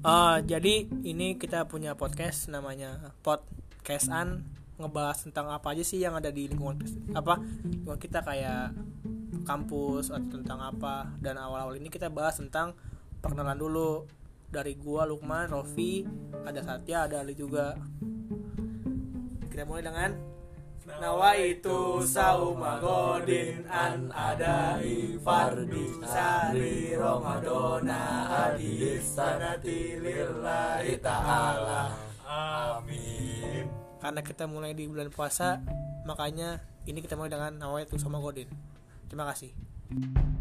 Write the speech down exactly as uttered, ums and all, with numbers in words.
Uh, jadi ini kita punya podcast namanya Podcastan, ngebahas tentang apa aja sih yang ada di lingkungan apa lingkungan kita kayak kampus atau tentang apa. Dan awal-awal ini kita bahas tentang perkenalan dulu dari gua, Lukman, Rofi, ada Satya, ada Ali juga. Kita mulai dengan Nawaitu sauma godin an adai fardi sari Ramadana hadis sanati lillahi ta'ala. Amin. Karena kita mulai di bulan puasa, makanya ini kita mulai dengan Nawaitu sauma godin. Terima kasih.